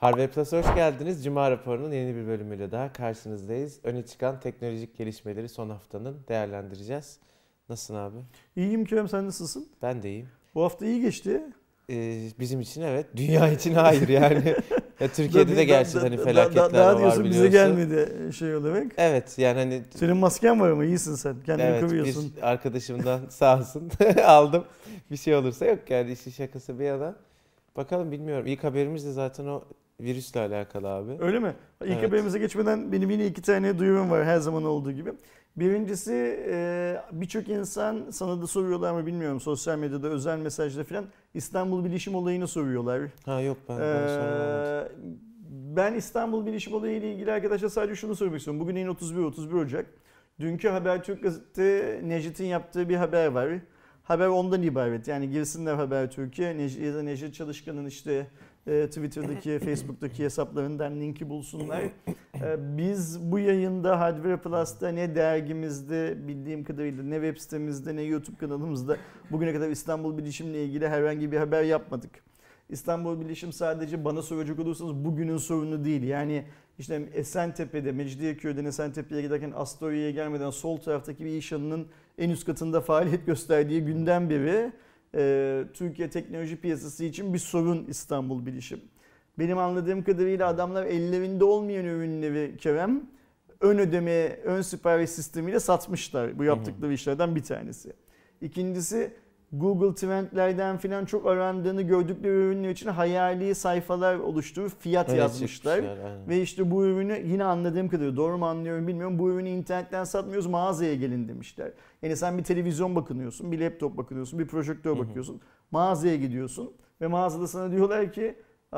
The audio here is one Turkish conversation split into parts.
Harvard Plus'a hoş geldiniz. Cuma raporunun yeni bir bölümüyle daha karşınızdayız. Öne çıkan teknolojik gelişmeleri son haftanın değerlendireceğiz. Nasılsın abi? İyiyim Kerem, sen nasılsın? Ben de iyiyim. Bu hafta iyi geçti. Bizim için evet, dünya için hayır yani. Ya, Türkiye'de de gerçi hani felaketler daha var diyorsun, biliyorsun. bize gelmedi şey olarak. Evet yani hani... Senin masken var ama iyisin sen. Kendini Evet, koruyorsun. bir arkadaşımdan sağ olsun aldım. Bir şey olursa yok yani, işin şakası bir yana. Bakalım, bilmiyorum. İlk haberimiz de zaten o virüsle alakalı abi. Öyle mi? İlk haberimize geçmeden benim yine 2 tane duyurum var her zaman olduğu gibi. Birincisi, birçok insan, sana da soruyorlar mı bilmiyorum, sosyal medyada özel mesajda falan İstanbul Bilişim Olayı'nı soruyorlar. Ha yok, ben soramadım. Ben İstanbul Bilişim Olayı ile ilgili arkadaşlar sadece şunu sormak istiyorum. Bugün ayın 31 Ocak. Dünkü Habertürk Gazetesi Necdet'in yaptığı bir haber var. Haber ondan ibaret. Yani girsinler Habertürk'e, Necdet Çalışkan'ın işte Twitter'daki, Facebook'taki hesaplarından linki bulsunlar. Biz bu yayında Hardware Plus'ta ne dergimizde, bildiğim kadarıyla ne web sitemizde ne YouTube kanalımızda bugüne kadar İstanbul Bilişim'le ilgili herhangi bir haber yapmadık. İstanbul Bilişim sadece bana soracak olursanız bugünün sorunu değil. Yani işte Esentepe'de, Mecidiyeköy'den Esentepe'ye giderken Astoria'ya gelmeden sol taraftaki bir işhanının en üst katında faaliyet gösterdiği günden beri Türkiye teknoloji piyasası için bir sorun İstanbul Bilişim. Benim anladığım kadarıyla adamlar ellerinde olmayan ürünleri Kerem ön ödeme, ön sipariş sistemiyle satmışlar. Bu yaptıkları işlerden bir tanesi. İkincisi, Google Trendlerden falan çok arandığını gördükleri ürünler için hayali sayfalar oluşturup fiyat yazmışlar. Ve işte bu ürünü, yine anladığım kadarıyla, doğru mu anlıyorum bilmiyorum, bu ürünü internetten satmıyoruz, mağazaya gelin demişler. Yani sen bir televizyon bakınıyorsun, bir laptop bakınıyorsun, bir projektör bakıyorsun, mağazaya gidiyorsun ve mağazada sana diyorlar ki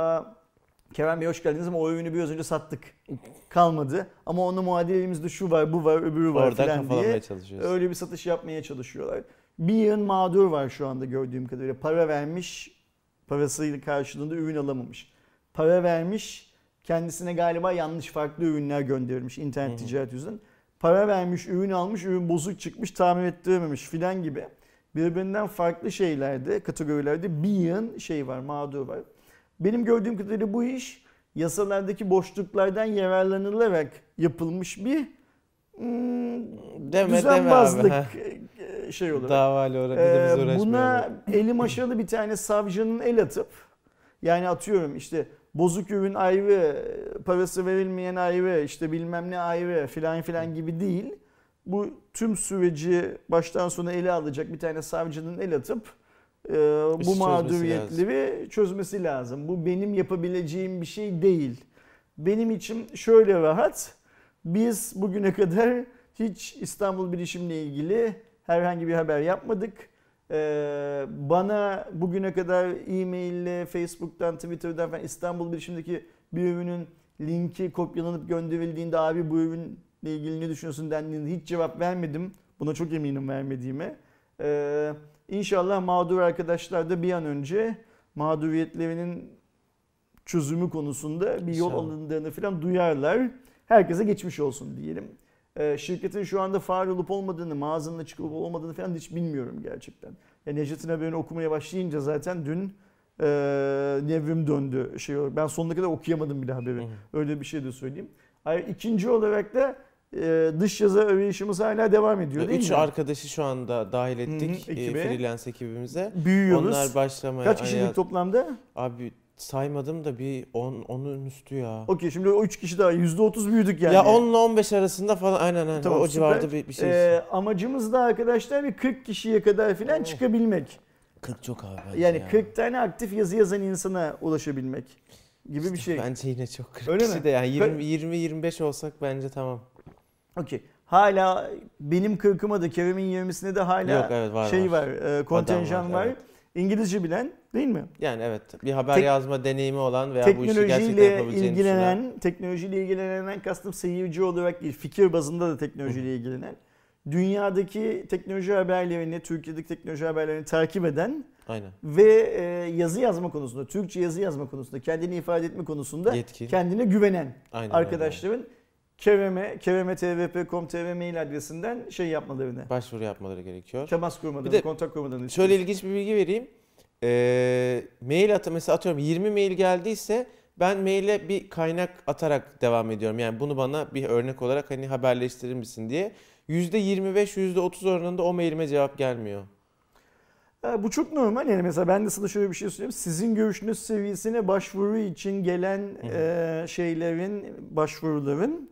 Kerem Bey hoş geldiniz ama o ürünü biraz önce sattık, kalmadı ama onun muadili elimizde şu var, bu var, öbürü var falan diye öyle bir satış yapmaya çalışıyorlar. Bir yığın mağdur var şu anda gördüğüm kadarıyla. Para vermiş, parasıyla karşılığında ürün alamamış. Para vermiş, kendisine galiba yanlış farklı ürünler gönderilmiş internet ticaret yüzünden. Para vermiş, ürün almış, ürün bozuk çıkmış, tamir ettirememiş filan gibi. Birbirinden farklı şeylerde, kategorilerde bir yığın şey var, mağdur var. Benim gördüğüm kadarıyla bu iş yasalardaki yararlanılarak yapılmış bir düzenbazlık şey olarak. Davalı olarak biz uğraşmayalım. Buna eli maşalı bir tane savcının el atıp, yani atıyorum işte bozuk ürün ayrı, parası verilmeyen ayrı, işte bilmem ne ayrı filan gibi değil. Bu tüm süreci baştan sona ele alacak bir tane savcının el atıp bu mağduriyetleri çözmesi lazım. Bu benim yapabileceğim bir şey değil. Benim için şöyle rahat, biz bugüne kadar hiç İstanbul Bilişim'le ilgili herhangi bir haber yapmadık. Bana bugüne kadar e-maille, Facebook'tan, Twitter'dan falan İstanbul Bilişim'deki bir ürünün linki kopyalanıp gönderildiğinde abi bu ürünle ilgili ne düşünüyorsun dendiğinde hiç cevap vermedim. Buna çok eminim vermediğime. İnşallah mağdur arkadaşlar da bir an önce mağduriyetlerinin çözümü konusunda bir yol alındığını falan duyarlar. Herkese geçmiş olsun diyelim. Şirketin şu anda faal olup olmadığını, mağazanın açık olup olmadığını falan hiç bilmiyorum gerçekten. Yani Necdet'in haberini okumaya başlayınca zaten dün nevrim döndü. Ben sonuna kadar okuyamadım bile haberi. Öyle bir şey de söyleyeyim. İkinci olarak da dış yazar arayışımız hala devam ediyor değil mi? 3 arkadaşı şu anda dahil ettik freelance ekibimize. Büyüyoruz. Onlar başlamaya... Kaç kişilik toplamda? Abi saymadım da bir 10'un üstü ya. Okey, şimdi o 3 kişi daha %30 büyüdük yani. Ya 10 ile 15 arasında falan aynen. Tamam, o civarda bir şey. Amacımız da arkadaşlar bir 40 kişiye kadar falan çıkabilmek. 40 çok abi. Yani 40 tane aktif yazı yazan insana ulaşabilmek gibi işte bir şey. Bence yine çok 40 Öyle kişi mi? de yani 20-25 olsak bence tamam. Okey. Hala benim 40'ıma da Kerem'in 20'sine de hala yok, evet, var. Kontenjan var. Evet. İngilizce bilen değil mi? Yani evet, bir haber yazma deneyimi olan veya bu işi gerçekten yapabileceğini düşünen. Teknolojiyle ilgilenen kastım seyirci olarak değil, fikir bazında da teknolojiyle ilgilenen. Dünyadaki teknoloji haberlerini, Türkiye'deki teknoloji haberlerini takip eden ve yazı yazma konusunda, Türkçe yazı yazma konusunda, kendini ifade etme konusunda kendine güvenen arkadaşların kereme.tvp.com.tr mail adresinden başvuru yapmaları gerekiyor. Temas kurmalarını, kontak kurmalarını şöyle ilginç bir bilgi vereyim. Mail mesela atıyorum 20 mail geldiyse Ben maile bir kaynak atarak devam ediyorum. Yani bunu bana bir örnek olarak hani haberleştirir misin diye. %25, %30 oranında o mailime cevap gelmiyor. Bu çok normal. Yani mesela ben de sana şöyle bir şey söyleyeyim. Sizin görüşünüz seviyesine başvuru için gelen başvuruların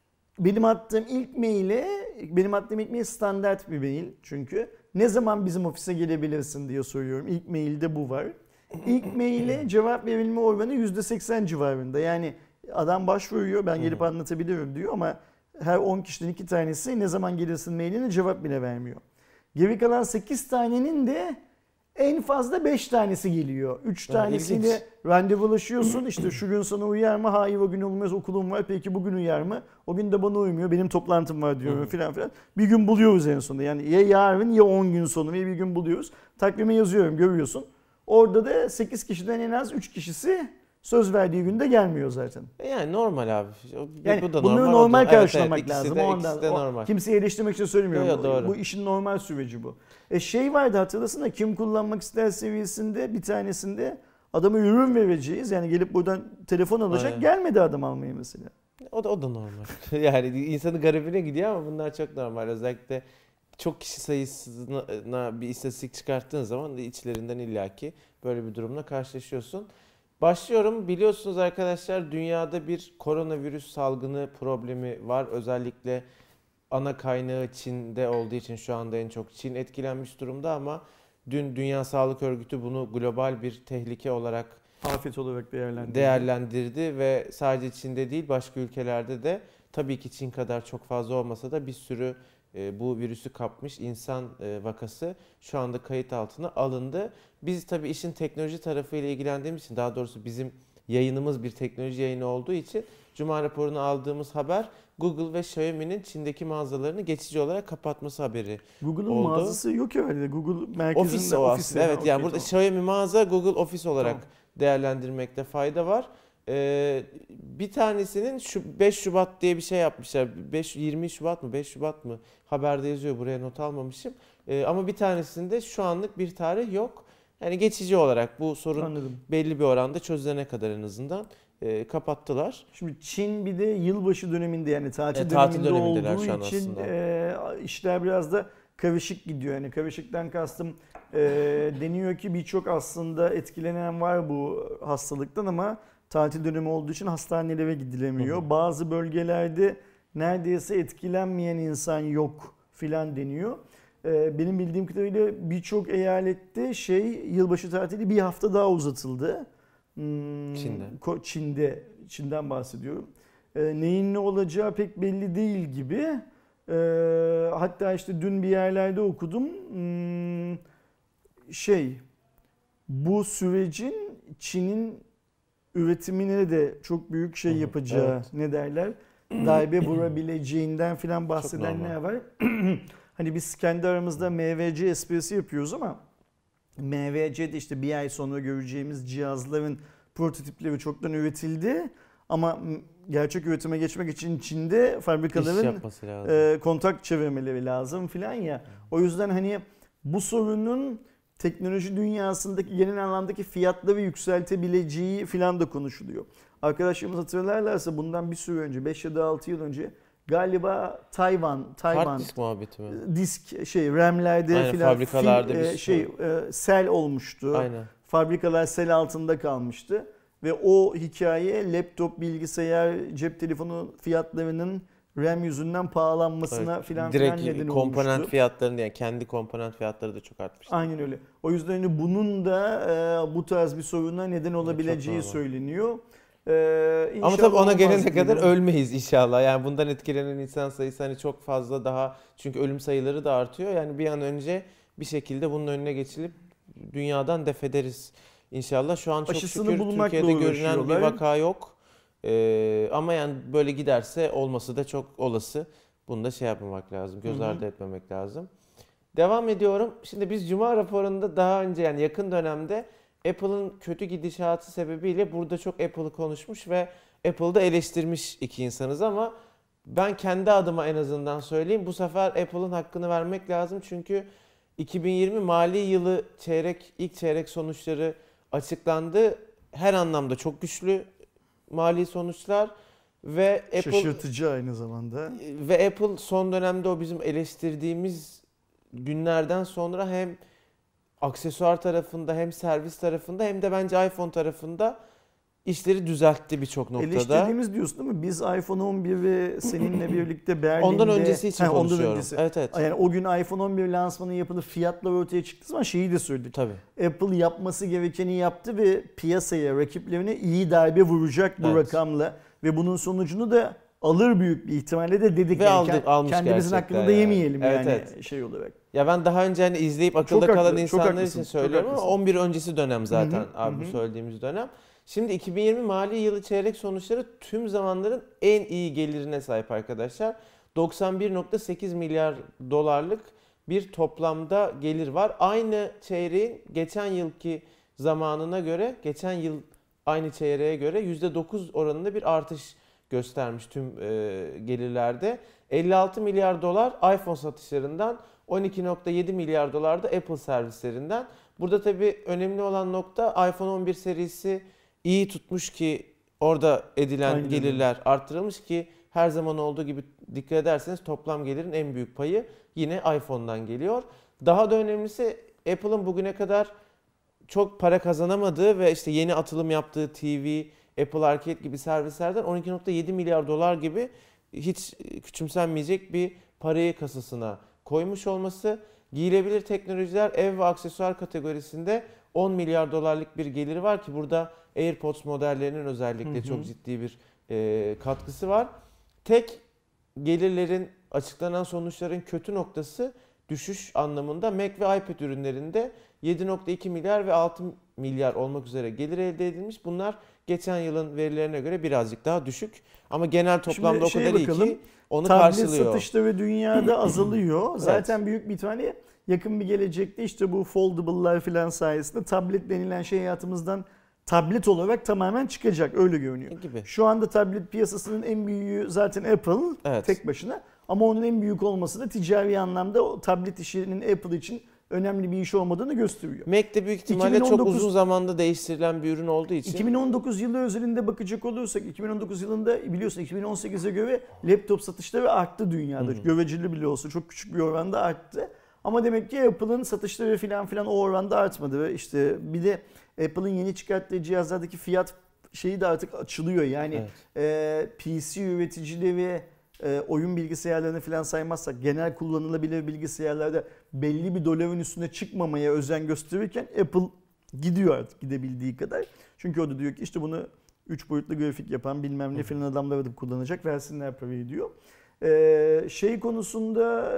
benim attığım ilk mail standart bir mail çünkü. Ne zaman bizim ofise gelebilirsin diye soruyorum. İlk mailde bu var. İlk maile cevap verilme oranı %80 civarında. Yani adam başvuruyor, ben gelip anlatabilirim diyor ama her 10 kişiden 2 tanesi ne zaman gelirsin mailine cevap bile vermiyor. Geri kalan 8 tanenin de en fazla 5 tanesi geliyor. 3 tanesiyle ilginç. randevulaşıyorsun. İşte şu gün sana uyar mı? Hayır, o gün olmaz, okulum var. Peki bugün uyar mı? O gün de bana uymuyor. Benim toplantım var diyorum filan filan. Bir gün buluyoruz en sonunda. Yani ya yarın ya 10 gün sonra bir gün buluyoruz. Takvime yazıyorum, görüyorsun. Orada da 8 kişiden en az 3 kişisi söz verdiği günde gelmiyor zaten. Yani normal abi. Yani Bu da bunları normal. normal Evet, karşılamak ikisi lazım. de, O ikisi de normal. Kimseyi eleştirmek için söylemiyorum. Yo, doğru. Bu işin normal süreci bu. Şey vardı, hatırlasın da, kim kullanmak ister seviyesinde bir tanesinde adama ürün vereceğiz. Yani gelip buradan telefon alacak. Aynen. Gelmedi adam almaya mesela. O da normal. Yani insanın garibine gidiyor ama bunlar çok normal. Özellikle çok kişi sayısına bir istatistik çıkarttığın zaman içlerinden illaki böyle bir durumla karşılaşıyorsun. Başlıyorum. Biliyorsunuz arkadaşlar, dünyada bir koronavirüs salgını problemi var. Özellikle ana kaynağı Çin'de olduğu için şu anda en çok Çin etkilenmiş durumda ama dün Dünya Sağlık Örgütü bunu global bir tehlike olarak Afet olarak değerlendirdi ve sadece Çin'de değil başka ülkelerde de, tabii ki Çin kadar çok fazla olmasa da bir sürü bu virüsü kapmış insan vakası şu anda kayıt altına alındı. Biz tabii işin teknoloji tarafıyla ilgilendiğimiz için, daha doğrusu bizim yayınımız bir teknoloji yayını olduğu için Cuma raporunu aldığımız haber Google ve Xiaomi'nin Çin'deki mağazalarını geçici olarak kapatması haberi Google'ın oldu. mağazası yok herhalde. Google merkezinde o ofisi. aslında. Evet, yani burada tamam. Xiaomi mağaza, Google ofis olarak Tamam. değerlendirmekte fayda var. Bir tanesinin şu 5 Şubat diye bir şey yapmışlar. 20 Şubat mı 5 Şubat mı haberde yazıyor, buraya not almamışım. Ama bir tanesinde şu anlık bir tarih yok. Yani geçici olarak bu sorun Anladım. belli bir oranda çözülene kadar en azından kapattılar. Şimdi Çin bir de yılbaşı döneminde, yani tatil tatil döneminde dönemindeler olduğu şu an için aslında. işler biraz da karışık gidiyor. Yani karışıktan kastım, deniyor ki birçok aslında etkilenen var bu hastalıktan ama tatil dönemi olduğu için hastanelere gidilemiyor. Bazı bölgelerde neredeyse etkilenmeyen insan yok filan deniyor. Benim bildiğim kadarıyla birçok eyalette yılbaşı tatili bir hafta daha uzatıldı. Çin'den bahsediyorum. Neyin ne olacağı pek belli değil gibi. Hatta işte dün bir yerlerde okudum. Bu sürecin Çin'in üretimine de çok büyük yapacağı, evet. ne derler, darbe vurabileceğinden filan bahsedenler normal. var. Hani biz kendi aramızda MVC esprisi yapıyoruz ama MVC'de işte bir ay sonra göreceğimiz cihazların prototipleri çoktan üretildi. Ama gerçek üretime geçmek için Çin'de fabrikaların kontak çevirmeleri lazım filan ya. O yüzden hani bu sorunun teknoloji dünyasındaki genel anlamdaki fiyatları yükseltebileceği filan da konuşuluyor. Arkadaşlarımız hatırlarlarsa bundan bir süre önce, 5 ya da 6 yıl önce Galiba Tayvan Hard disk muhabbeti mi? Disk RAM'lerde filan sel olmuştu. Aynen. Fabrikalar sel altında kalmıştı ve o hikaye laptop, bilgisayar, cep telefonu fiyatlarının RAM yüzünden pahalanmasına filan neden olmuştu. Direkt komponent fiyatlarını, yani kendi komponent fiyatları da çok artmıştı. Aynen öyle. O yüzden hani bunun da bu tarz bir soruna neden olabileceği söyleniyor. Ama tabii ona gelene kadar ölmeyiz inşallah. Yani bundan etkilenen insan sayısı hani çok fazla daha, çünkü ölüm sayıları da artıyor. Yani bir an önce bir şekilde bunun önüne geçilip dünyadan def ederiz inşallah. Şu an çok Aşısını şükür Türkiye'de görünen bir vaka yok. Ama yani böyle giderse olması da çok olası. Bunu da yapmamak lazım. Göz ardı etmemek lazım. Devam ediyorum. Şimdi biz Cuma raporunda daha önce, yani yakın dönemde Apple'ın kötü gidişatı sebebiyle burada çok Apple'ı konuşmuş ve Apple'da eleştirmiş iki insanız ama ben kendi adıma en azından söyleyeyim. Bu sefer Apple'ın hakkını vermek lazım. Çünkü 2020 mali yılı ilk çeyrek sonuçları açıklandı. Her anlamda çok güçlü mali sonuçlar ve Apple Şaşırtıcı aynı zamanda. ve Apple son dönemde o bizim eleştirdiğimiz günlerden sonra hem aksesuar tarafında hem servis tarafında hem de bence iPhone tarafında işleri düzeltti birçok noktada. Eleştirdiğimiz diyorsun değil mi? Biz iPhone 11'i seninle birlikte Berlin'de... Ondan öncesi için konuşuyorum. Ondan öncesi. Evet. Yani o gün iPhone 11 lansmanı yapılıp fiyatlar ortaya çıktığı zaman şeyi de söyledik. Tabii. Apple yapması gerekeni yaptı ve piyasaya, rakiplerine iyi darbe vuracak bu rakamla. Ve bunun sonucunu da alır büyük bir ihtimalle de dedik. Ve yani almış kendimizin hakkını da yemeyelim evet. Şey olarak. Ya ben daha önce hani izleyip akılda çok kalan haklı, insanlar için söylüyorum ama 11 öncesi dönem zaten bu Hı-hı. söylediğimiz dönem. Şimdi 2020 mali yılı çeyrek sonuçları tüm zamanların en iyi gelirine sahip arkadaşlar. 91.8 milyar dolarlık bir toplamda gelir var. Aynı çeyreğin geçen yılki zamanına göre, geçen yıl aynı çeyreğe göre %9 oranında bir artış göstermiş tüm gelirlerde. 56 milyar dolar iPhone satışlarından, 12.7 milyar dolar da Apple servislerinden. Burada tabii önemli olan nokta iPhone 11 serisi iyi tutmuş ki orada edilen gelirler arttırılmış ki her zaman olduğu gibi dikkat ederseniz toplam gelirin en büyük payı yine iPhone'dan geliyor. Daha da önemlisi Apple'ın bugüne kadar çok para kazanamadığı ve işte yeni atılım yaptığı TV, Apple Arcade gibi servislerden 12.7 milyar dolar gibi hiç küçümsenmeyecek bir parayı kasasına koymuş olması. Giyilebilir teknolojiler, ev ve aksesuar kategorisinde 10 milyar dolarlık bir geliri var ki burada AirPods modellerinin özellikle çok ciddi bir katkısı var. Tek gelirlerin, açıklanan sonuçların kötü noktası düşüş anlamında Mac ve iPad ürünlerinde 7.2 milyar ve 6 milyar olmak üzere gelir elde edilmiş. Bunlar geçen yılın verilerine göre birazcık daha düşük. Ama genel toplamda o kadar iyi ki onu karşılıyor. Tablet satışta ve dünyada azalıyor. Zaten büyük bir ihtimalle yakın bir gelecekte işte bu foldable'lar filan sayesinde tablet denilen şey hayatımızdan tablet olarak tamamen çıkacak. Öyle görünüyor. Gibi. Şu anda tablet piyasasının en büyüğü zaten Apple tek başına. Ama onun en büyük olması da ticari anlamda o tablet işinin Apple için önemli bir iş olmadığını gösteriyor. Mac de büyük ihtimalle çok uzun zamanda değiştirilen bir ürün olduğu için. 2019 yılı özelinde bakacak olursak 2019 yılında biliyorsun 2018'e göre laptop satışları arttı dünyada. Göreceli bile olsa çok küçük bir oranda arttı. Ama demek ki Apple'ın satışları filan o oranda artmadı. Ve işte bir de Apple'ın yeni çıkarttığı cihazlardaki fiyat şeyi de artık açılıyor. Yani PC üreticileri oyun bilgisayarlarını falan saymazsak genel kullanılabilir bilgisayarlarda belli bir doların üstüne çıkmamaya özen gösterirken Apple gidiyor artık gidebildiği kadar. Çünkü o da diyor ki işte bunu 3 boyutlu grafik yapan bilmem ne filan adamlar da kullanacak, versinler parayı diyor. Şey konusunda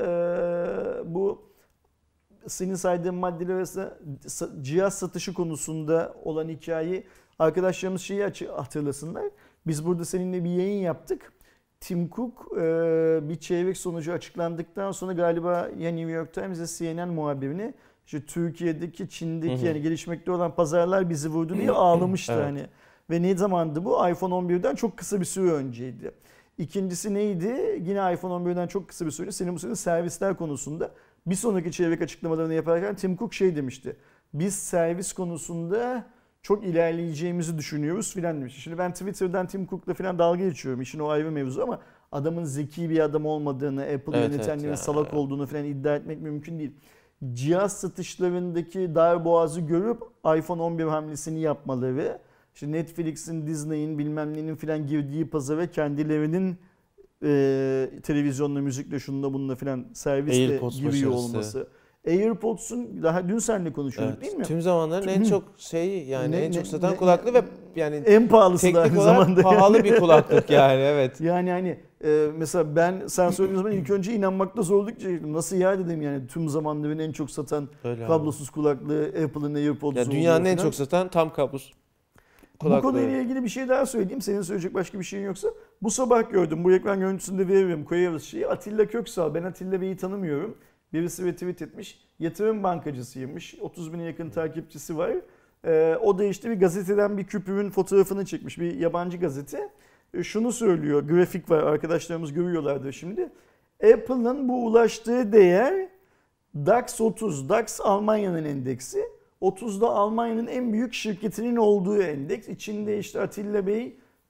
bu senin saydığın maddeler arasında cihaz satışı konusunda olan hikayeyi arkadaşlarımız şeyi hatırlasınlar. Biz burada seninle bir yayın yaptık. Tim Cook bir çeyrek sonucu açıklandıktan sonra galiba ya New York Times ya CNN muhabirini işte Türkiye'deki, Çin'deki yani gelişmekte olan pazarlar bizi vurdu diye ağlamıştı hani. Ve ne zamandı bu? iPhone 11'den çok kısa bir süre önceydi. İkincisi neydi? Yine iPhone 11'den çok kısa bir süre. Senin bu sene servisler konusunda bir sonraki çeyrek açıklamalarını yaparken Tim Cook şey demişti. Biz servis konusunda çok ilerleyeceğimizi düşünüyoruz filan demişti. Şimdi ben Twitter'dan Tim Cook'la filan dalga geçiyorum. İşin o ayrı mevzu ama adamın zeki bir adam olmadığını, Apple yönetenlerin salak olduğunu filan iddia etmek mümkün değil. Cihaz satışlarındaki darboğazı görüp iPhone 11 hamlesini yapmaları, işte Netflix'in, Disney'in bilmem nenin filan girdiği pazara kendilerinin televizyonla, müzikle, şununla bununla filan servisle AirPods giriyor başarısı. olması. AirPods'un daha dün seninle konuşuyorduk değil mi? Tüm zamanların en çok en çok satan kulaklığı ve yani en pahalısı da aynı zamanda. Pahalı bir kulaklık yani evet. Yani hani mesela sen söylediğin zaman ilk önce inanmakta zorluk çektim. Nasıl ya dedim yani tüm zamanların en çok satan kablosuz kulaklığı Apple'ın AirPods'u ya dünyanın en çok satan tam kablosuz kulaklığı. Bu konuyla ilgili bir şey daha söyleyeyim. Senin söyleyecek başka bir şeyin yoksa. Bu sabah gördüm. Bu ekran görüntüsünde veririm. Koyarız şeyi. Atilla Köksal. Ben Atilla Bey'i tanımıyorum. Birisi retweet etmiş. Yatırım bankacısıymış. 30 bine yakın takipçisi var. O da işte bir gazeteden bir küpürün fotoğrafını çekmiş. Bir yabancı gazete. Şunu söylüyor. Grafik var. Arkadaşlarımız görüyorlardır şimdi. Apple'ın bu ulaştığı değer DAX 30. DAX Almanya'nın endeksi. 30'da Almanya'nın en büyük şirketinin olduğu endeks. İçinde işte Atilla Bey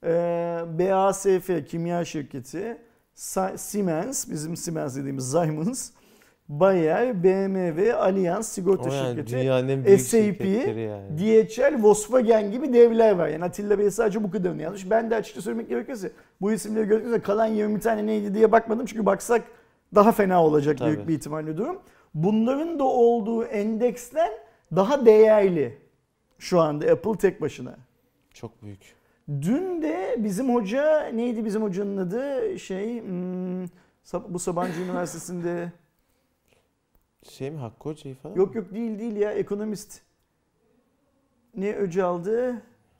BASF kimya şirketi, Siemens, bizim Siemens dediğimiz Siemens, Bayer, BMW, Allianz sigorta şirketi, dünyanın en büyük SAP, şirketleri yani. DHL, Volkswagen gibi devler var. Yani Atilla Bey sadece bu kadarını yazmış. Ben de açıkça söylemek gerekirse bu isimleri gördükçe kalan 20 tane neydi diye bakmadım. Çünkü baksak daha fena olacak Tabii. büyük bir ihtimalle durum. Bunların da olduğu endeksler daha değerli şu anda Apple tek başına. Çok büyük. Dün de bizim hoca, neydi bizim hocanın adı? Bu Sabancı Üniversitesi'nde... Şey mi, Hakkı Hoca'yı falan? Yok değil ya, ekonomist. Ne Öcal'dı?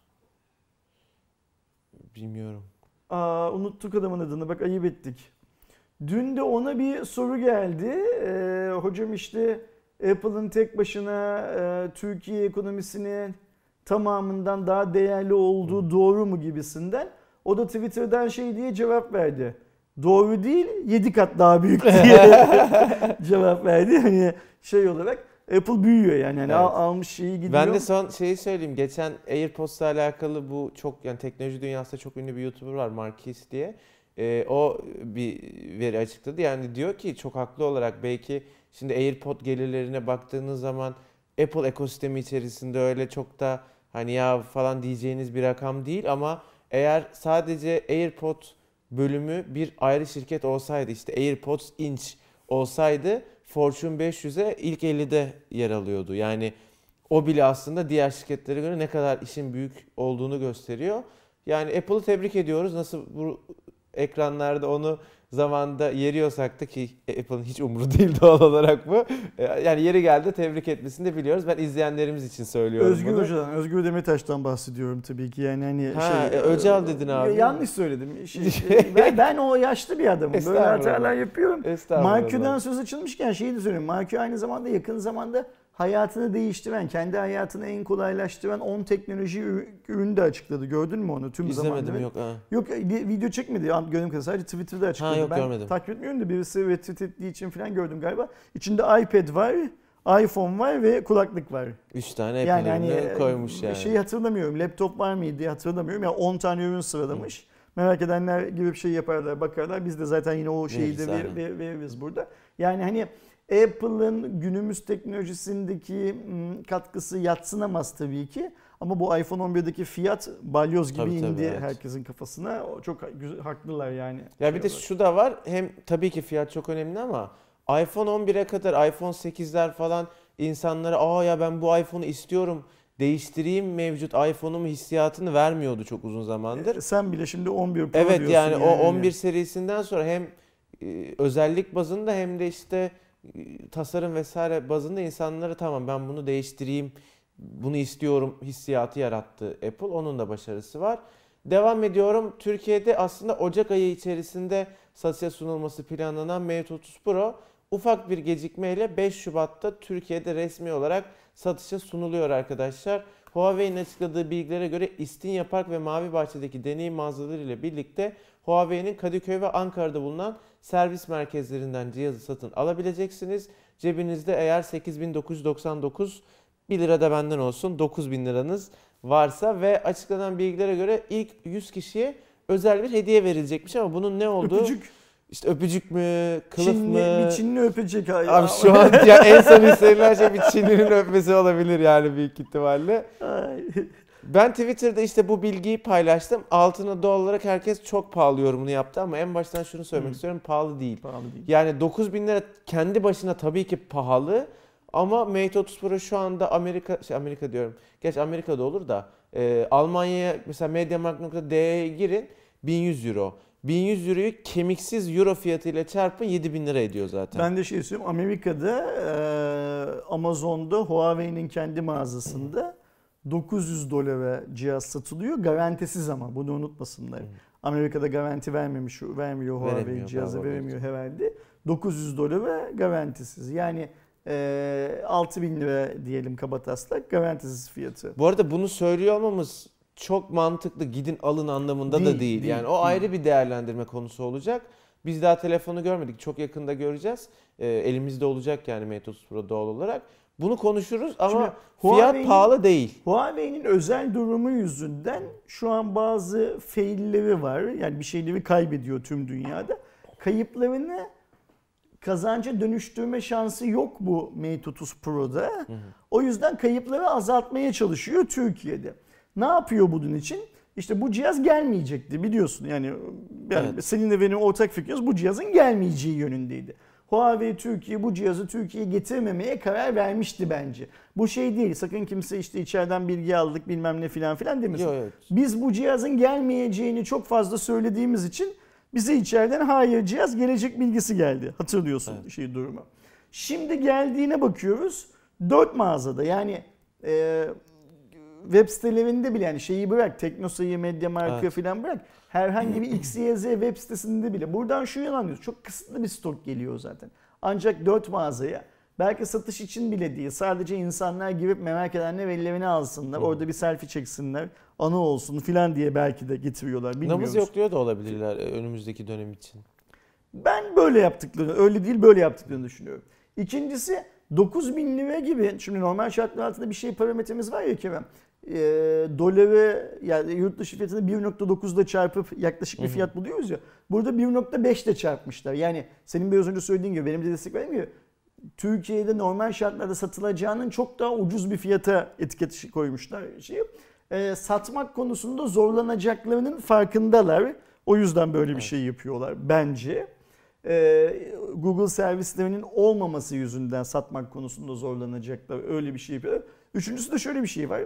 Bilmiyorum. Unuttuk adamın adını, bak ayıp ettik. Dün de ona bir soru geldi. Hocam işte Apple'ın tek başına Türkiye ekonomisinin tamamından daha değerli olduğu doğru mu gibisinden. O da Twitter'dan şey diye cevap verdi. Doğru değil, 7 kat daha büyük diye cevap verdi. Hani şey olarak Apple büyüyor yani. Evet. Almış şeyi gidiyor. Ben de son şeyi söyleyeyim. Geçen AirPods'la alakalı bu çok, yani teknoloji dünyasında çok ünlü bir YouTuber var, Marquis diye. O bir veri açıkladı. Yani diyor ki çok haklı olarak, belki şimdi AirPod gelirlerine baktığınız zaman Apple ekosistemi içerisinde öyle çok da hani ya falan diyeceğiniz bir rakam değil, ama eğer sadece AirPod bölümü bir ayrı şirket olsaydı, işte AirPods Inc. olsaydı Fortune 500'e ilk 50'de yer alıyordu. Yani o bile aslında diğer şirketlere göre ne kadar işin büyük olduğunu gösteriyor. Yani Apple'ı tebrik ediyoruz. Nasıl bu ekranlarda onu zamanında yeriyorsak da, ki Apple'ın hiç umuru değil doğal olarak bu. Yani yeri geldi tebrik etmesini de biliyoruz. Ben izleyenlerimiz için söylüyorum Özgür bunu. Hoca'dan, Özgür Demirtaş'tan bahsediyorum tabii ki. Yani hani Öcal dedin abi. Yanlış söyledim. Ben o yaşlı bir adamım. Böyle hatalar yapıyorum. Marque'dan söz açılmışken şeyi de söyleyeyim. Marque aynı zamanda yakın zamanda hayatını değiştiren, kendi hayatını en kolaylaştıran 10 teknoloji ürünü de açıkladı. Gördün mü onu tüm zamanda? İzlemedim, yok. Yok, video çekmedi. Gördüğüm kadarıyla sadece Twitter'da açıkladı. Yok, ben görmedim. takip etmiyorum da birisi retweet ettiği için falan gördüm galiba. İçinde iPad var, iPhone var ve kulaklık var. 3 tane Apple ürünü koymuş yani. Şeyi hatırlamıyorum. Laptop var mıydı hatırlamıyorum. Yani 10 tane ürün sıralamış. Merak edenler gibi bir şey yaparlar, bakarlar. Biz de zaten yine o şeyi de veririz burada. Yani hani Apple'ın günümüz teknolojisindeki katkısı yadsınamaz tabii ki. Ama bu iPhone 11'deki fiyat balyoz gibi indi evet. Herkesin kafasına. Çok güzel, haklılar yani. Ya bir de şu da var. Hem tabii ki fiyat çok önemli ama iPhone 11'e kadar iPhone 8'ler falan insanlara ya ben bu iPhone'u istiyorum, değiştireyim mevcut iPhone'umu hissiyatını vermiyordu çok uzun zamandır. Sen bile şimdi 11 Pro evet, diyorsun. Yani o 11 serisinden sonra hem özellik bazında hem de işte tasarım vesaire bazında insanlara tamam ben bunu değiştireyim, bunu istiyorum hissiyatı yarattı Apple. Onun da başarısı var. Devam ediyorum. Türkiye'de aslında Ocak ayı içerisinde satışa sunulması planlanan Mate 30 Pro ufak bir gecikmeyle 5 Şubat'ta Türkiye'de resmi olarak satışa sunuluyor arkadaşlar. Huawei'nin açıkladığı bilgilere göre İstinye Park ve Mavi Bahçe'deki deneyim mağazaları ile birlikte Huawei'nin Kadıköy ve Ankara'da bulunan servis merkezlerinden cihazı satın alabileceksiniz. Cebinizde eğer 8.999 1 lira da benden olsun 9.000 liranız varsa ve açıklanan bilgilere göre ilk 100 kişiye özel bir hediye verilecekmiş ama bunun ne olduğu... Öpücük. İşte öpücük mü, kılıf mı? Bir Çinli öpecek. Abi şu an ya en son istenilen şey bir Çinli'nin öpmesi olabilir yani büyük ihtimalle. Ben Twitter'da işte bu bilgiyi paylaştım. Altına doğal olarak herkes çok pahalı yorumunu yaptı ama en baştan şunu söylemek istiyorum. Pahalı değil. Yani 9.000 lira kendi başına tabii ki pahalı ama Mate 30 Pro şu anda Amerika diyorum. Gerçi Amerika'da olur da Almanya'ya mesela Mediamarkt.de'ye girin 1100 euro. 1100 euroyu kemiksiz euro fiyatıyla çarpın 7.000 lira ediyor zaten. Ben de şey söyleyeyim. Amerika'da Amazon'da Huawei'nin kendi mağazasında 900 dolara cihaz satılıyor. Garantisiz ama bunu unutmasınlar. Amerika'da garanti vermiyor Huawei cihazı veremiyor herhalde. 900 dolara garantisiz. Yani 6.000 lira diyelim kabataslak garantisiz fiyatı. Bu arada bunu söylüyor olmamız çok mantıklı, gidin alın anlamında da değil. Yani o ayrı bir değerlendirme konusu olacak. Biz daha telefonu görmedik. Çok yakında göreceğiz. Elimizde olacak yani Mate 30 Pro doğal olarak. Bunu konuşuruz ama Şimdi fiyat pahalı değil. Huawei'nin özel durumu yüzünden şu an bazı failleri var. Yani bir şeyleri kaybediyor tüm dünyada. Kayıplarını kazanca dönüştürme şansı yok bu Mate 30 Pro'da. O yüzden kayıpları azaltmaya çalışıyor Türkiye'de. Ne yapıyor bunun için? İşte bu cihaz gelmeyecekti biliyorsun. Yani Evet. seninle benim ortak fikrimiz bu cihazın gelmeyeceği yönündeydi. Huawei Türkiye bu cihazı Türkiye'ye getirmemeye karar vermişti bence. Bu şey değil, sakın kimse işte içeriden bilgi aldık bilmem ne filan filan demesin. Yok, evet. Biz bu cihazın gelmeyeceğini çok fazla söylediğimiz için bize içeriden hayır cihaz gelecek bilgisi geldi. Hatırlıyorsun durumu. Şimdi geldiğine bakıyoruz 4 mağazada yani web sitelerinde bile yani şeyi bırak Teknosa'yı, Mediamarkt'ı filan bırak. Herhangi bir XYZ web sitesinde bile. Buradan şu anlıyoruz. Çok kısıtlı bir stok geliyor zaten. Ancak 4 mağazaya belki satış için bile değil. Sadece insanlar girip merak edenler ellerini alsınlar. Orada bir selfie çeksinler. Anı olsun filan diye belki de getiriyorlar. Bilmiyoruz. Nabız yokluyor da olabilirler önümüzdeki dönem için. Ben böyle yaptıklarını, öyle değil böyle yaptıklarını düşünüyorum. İkincisi 9.000 lira gibi, şimdi normal şartlar altında bir şey parametremiz var ya Kerem. Doları yani yurt dışı fiyatını 1.9'da çarpıp yaklaşık bir fiyat buluyoruz ya. Burada 1.5'te çarpmışlar. Yani senin biraz önce söylediğin gibi benim de destek verdiğim gibi Türkiye'de normal şartlarda satılacağının çok daha ucuz bir fiyata etiket koymuşlar. Satmak konusunda zorlanacaklarının farkındalar. O yüzden böyle bir şey yapıyorlar bence. Google servislerinin olmaması yüzünden satmak konusunda zorlanacaklar. Öyle bir şey yapıyorlar. Üçüncüsü de şöyle bir şey var.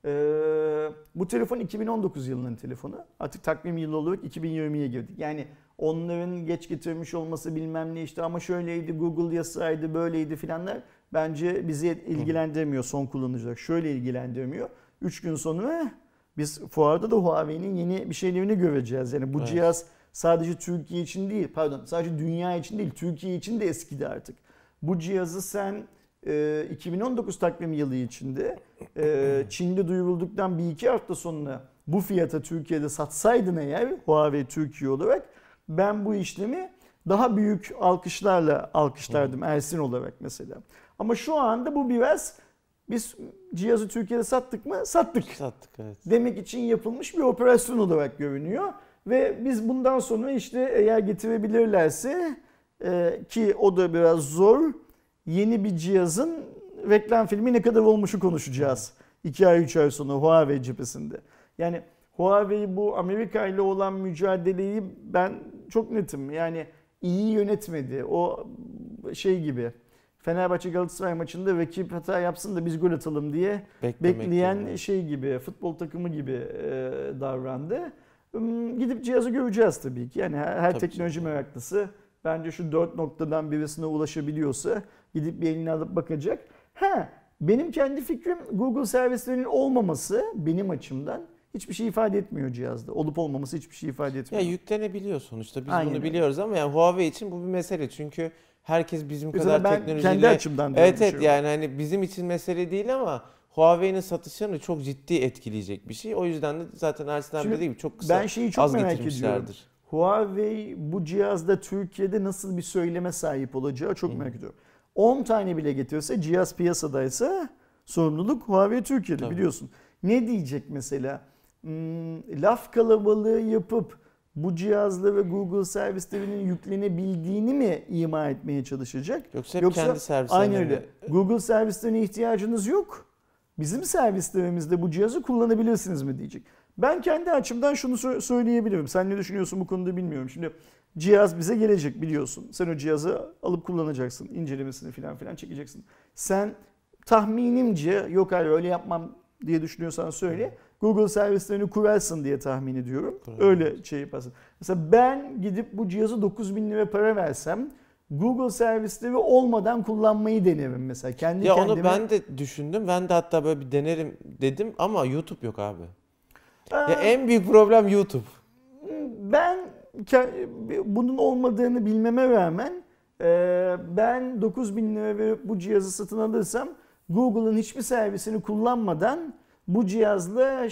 Bu telefon 2019 yılının telefonu. Artık takvim yılı olarak 2020'ye girdik. Yani onların geç getirmiş olması bilmem ne işte ama şöyleydi, Google yasaydı, böyleydi filanlar bence bizi ilgilendirmiyor son kullanıcılar. Şöyle ilgilendirmiyor. 3 gün sonra biz fuarda da Huawei'nin yeni bir şeylerini göreceğiz. Yani bu cihaz sadece Türkiye için değil, sadece dünya için değil, Türkiye için de eskidi artık. Bu cihazı sen 2019 takvim yılı içinde Çin'de duyurulduktan bir iki hafta sonra bu fiyata Türkiye'de satsaydın eğer Huawei Türkiye olarak ben bu işlemi daha büyük alkışlarla alkışlardım Ersin olarak mesela. Ama şu anda bu biraz biz cihazı Türkiye'de sattık mı? Sattık. Sattık evet. Demek için yapılmış bir operasyon olarak görünüyor. Ve biz bundan sonra işte eğer getirebilirlerse ki o da biraz zor yeni bir cihazın reklam filmi ne kadar olmuşu konuşacağız. 2 ay 3 ay sonra Huawei cephesinde. Yani Huawei bu Amerika ile olan mücadeleyi ben çok netim. Yani iyi yönetmedi. O şey gibi Fenerbahçe Galatasaray maçında rakip hata yapsın da biz gol atalım diye bekleyen şey gibi futbol takımı gibi davrandı. Gidip cihazı göreceğiz tabii ki. Yani her teknoloji meraklısı bence şu 4 noktadan birisine ulaşabiliyorsa gidip bir elini alıp bakacak. Benim kendi fikrim Google servislerinin olmaması benim açımdan hiçbir şey ifade etmiyor cihazda. Olup olmaması hiçbir şey ifade etmiyor. Ya yüklenebiliyor sonuçta. Biz Aynen bunu biliyoruz ama yani Huawei için bu bir mesele. Çünkü herkes bizim mesela kadar ben teknolojiyle... kendi açımdan Evet yani hani bizim için mesele değil ama Huawei'nin satışlarını çok ciddi etkileyecek bir şey. O yüzden de zaten Ersin abi dediği gibi çok kısa ben şeyi çok az merak getirmişlerdir. ediyorum. Huawei bu cihazda Türkiye'de nasıl bir söyleme sahip olacağı çok merak ediyorum. 10 tane bile getirse cihaz piyasadaysa sorumluluk Huawei Türkiye'de biliyorsun. Ne diyecek mesela? Laf kalabalığı yapıp bu cihazla ve Google servislerinin yüklenebildiğini mi ima etmeye çalışacak? Yoksa kendi servislerine aynı öyle. Google servislerine ihtiyacınız yok. Bizim servislerimizde bu cihazı kullanabilirsiniz mi diyecek. Ben kendi açımdan şunu söyleyebilirim. Sen ne düşünüyorsun bu konuda bilmiyorum. Şimdi cihaz bize gelecek biliyorsun. Sen o cihazı alıp kullanacaksın. İncelemesini falan çekeceksin. Sen tahminimce yok hayır öyle yapmam diye düşünüyorsan söyle. Google servislerini kurarsın diye tahmin ediyorum. Öyle şey yaparsın. Mesela ben gidip bu cihazı 9.000 lira para versem Google servisleri olmadan kullanmayı denerim mesela. Kendi kendime... Onu ben de düşündüm. Ben de hatta böyle bir denerim dedim ama YouTube yok abi. Ya en büyük problem YouTube. Ben bunun olmadığını bilmeme rağmen ben 9.000 lira verip bu cihazı satın alırsam Google'ın hiçbir servisini kullanmadan bu cihazla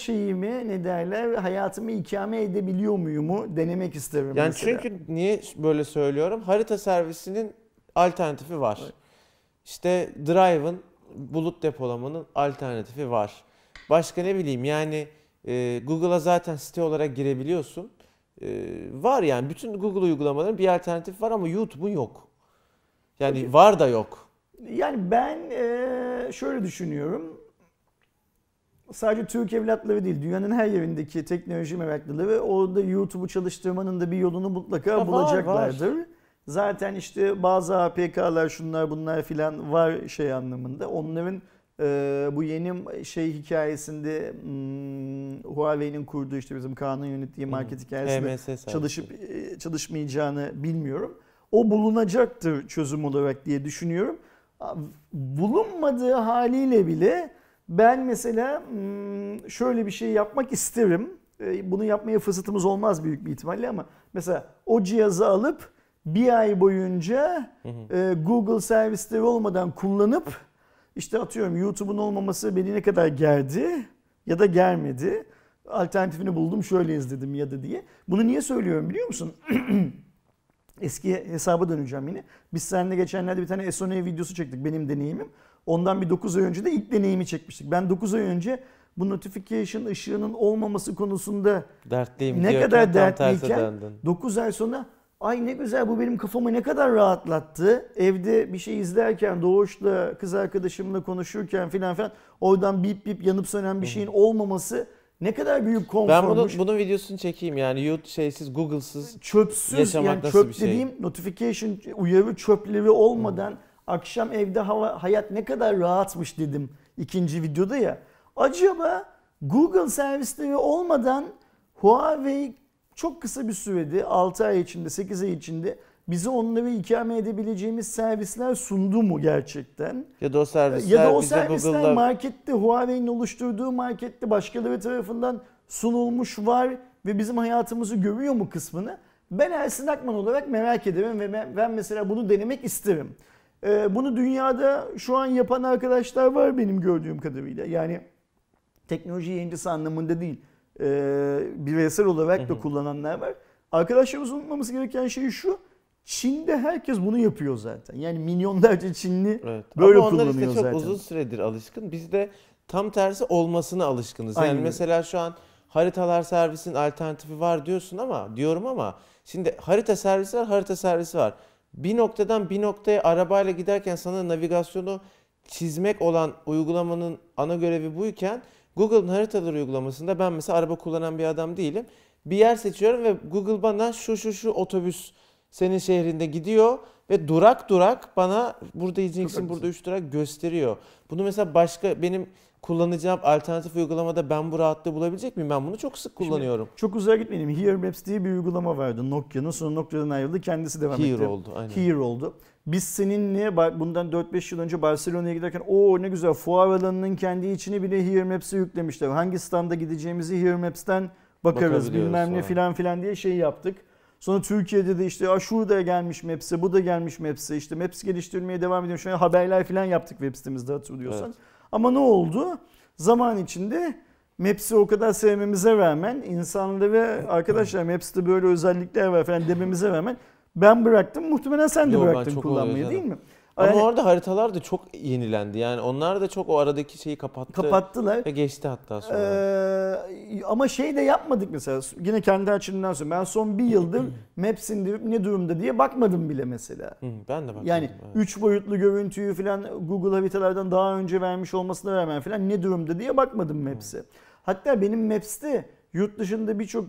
hayatımı ikame edebiliyor muyumu denemek isterim yani mesela. Çünkü niye böyle söylüyorum? Harita servisinin alternatifi var. Evet. İşte Drive'ın bulut depolamanın alternatifi var. Başka ne bileyim yani Google'a zaten site olarak girebiliyorsun. Var yani bütün Google uygulamaların bir alternatif var ama YouTube'un yok. Yani var da yok. Yani ben şöyle düşünüyorum. Sadece Türk evlatları değil, dünyanın her yerindeki teknoloji meraklıları orada YouTube'u çalıştırmanın da bir yolunu mutlaka bulacaklardır. Var. Zaten işte bazı APK'lar şunlar bunlar filan var şey anlamında. Onların bu yeni şey hikayesinde Huawei'nin kurduğu işte bizim Kaan'ın yönettiği market hikayesinde çalışmayacağını bilmiyorum. O bulunacaktır çözüm olarak diye düşünüyorum. Bulunmadığı haliyle bile ben mesela şöyle bir şey yapmak isterim. Bunu yapmaya fırsatımız olmaz büyük bir ihtimalle ama mesela o cihazı alıp bir ay boyunca Google servisleri olmadan kullanıp işte atıyorum YouTube'un olmaması beni ne kadar gerdi ya da germedi. Alternatifini buldum şöyle izledim ya da diye. Bunu niye söylüyorum biliyor musun? Eski hesaba döneceğim yine. Biz seninle geçenlerde bir tane SONE videosu çektik benim deneyimim. Ondan bir 9 ay önce de ilk deneyimi çekmiştik. Ben 9 ay önce bu notification ışığının olmaması konusunda dertliyim ne kadar dertliyken 9 ay sonra ay ne güzel bu benim kafamı ne kadar rahatlattı. Evde bir şey izlerken Doğuş'la kız arkadaşımla konuşurken filan oradan bip bip yanıp sönen bir şeyin olmaması ne kadar büyük konformuş. Ben bunun videosunu çekeyim yani YouTube'siz, Google'sız çöpsüz yaşamak yani nasıl çöp bir şey? dediğim notification uyarı çöpleri olmadan akşam evde hayat ne kadar rahatmış dedim ikinci videoda ya. Acaba Google servisleri olmadan Huawei çok kısa bir sürede 6 ay içinde 8 ay içinde bize onları ikame edebileceğimiz servisler sundu mu gerçekten? Ya da o servisler Google'da markette Huawei'nin oluşturduğu markette başkaları tarafından sunulmuş var ve bizim hayatımızı görüyor mu kısmını? Ben Ersin Akman olarak merak ederim ve ben mesela bunu denemek isterim. Bunu dünyada şu an yapan arkadaşlar var benim gördüğüm kadarıyla. Yani teknoloji yayıncısı anlamında değil. Bireysel olarak da kullananlar var. Arkadaşlarımızın unutmaması gereken şey şu. Çin'de herkes bunu yapıyor zaten. Yani milyonlarca Çinli böyle ama kullanıyor onlar işte zaten. çok uzun süredir alışkın. Biz de tam tersi olmasına alışkınız. Yani Aynen. mesela şu an haritalar servisin alternatifi var diyorum ama şimdi harita servisi var. Bir noktadan bir noktaya arabayla giderken sana navigasyonu çizmek olan uygulamanın ana görevi buyken Google'ın haritalar uygulamasında ben mesela araba kullanan bir adam değilim. Bir yer seçiyorum ve Google bana şu otobüs senin şehrinde gidiyor ve durak bana burada ineceksin, burada 3 durak gösteriyor. Bunu mesela başka benim kullanacağım alternatif uygulamada ben bu rahatlığı bulabilecek miyim? Ben bunu çok sık kullanıyorum. Şimdi çok uzağa gitmeyelim. Here Maps diye bir uygulama vardı Nokia'nın. Sonra Nokia'dan ayrıldı. Kendisi devam etti. Here oldu. Aynen. Here oldu. Biz seninle bundan 4-5 yıl önce Barcelona'ya giderken ne güzel fuar alanının kendi içini bile Here Maps'e yüklemişler. Hangi standa gideceğimizi Here Maps'ten bakarız bilmem ne filan diye şey yaptık. Sonra Türkiye'de de işte şurada gelmiş Maps'e, bu da gelmiş Maps'e. İşte Maps geliştirmeye devam ediyorum. Şöyle haberler filan yaptık web sitemizde hatırlıyorsan. Evet. Ama ne oldu? Zaman içinde Maps'i o kadar sevmemize rağmen insanlara arkadaşlar Maps'te böyle özellikler var falan dememize rağmen ben bıraktım. Muhtemelen sen de bıraktın kullanmayı değil mi? Ama orada haritalar da çok yenilendi. Yani onlar da çok o aradaki şeyi kapattılar. Ve geçti hatta sonra. Ama şey de yapmadık mesela. Yine kendi açımdan söylüyorum. Ben son bir yıldır Maps indirip ne durumda diye bakmadım bile mesela. Ben de bakmadım. Yani 3 boyutlu görüntüyü falan Google haritalardan daha önce vermiş olmasına rağmen falan ne durumda diye bakmadım Maps'e. Hatta benim Maps'te yurt dışında birçok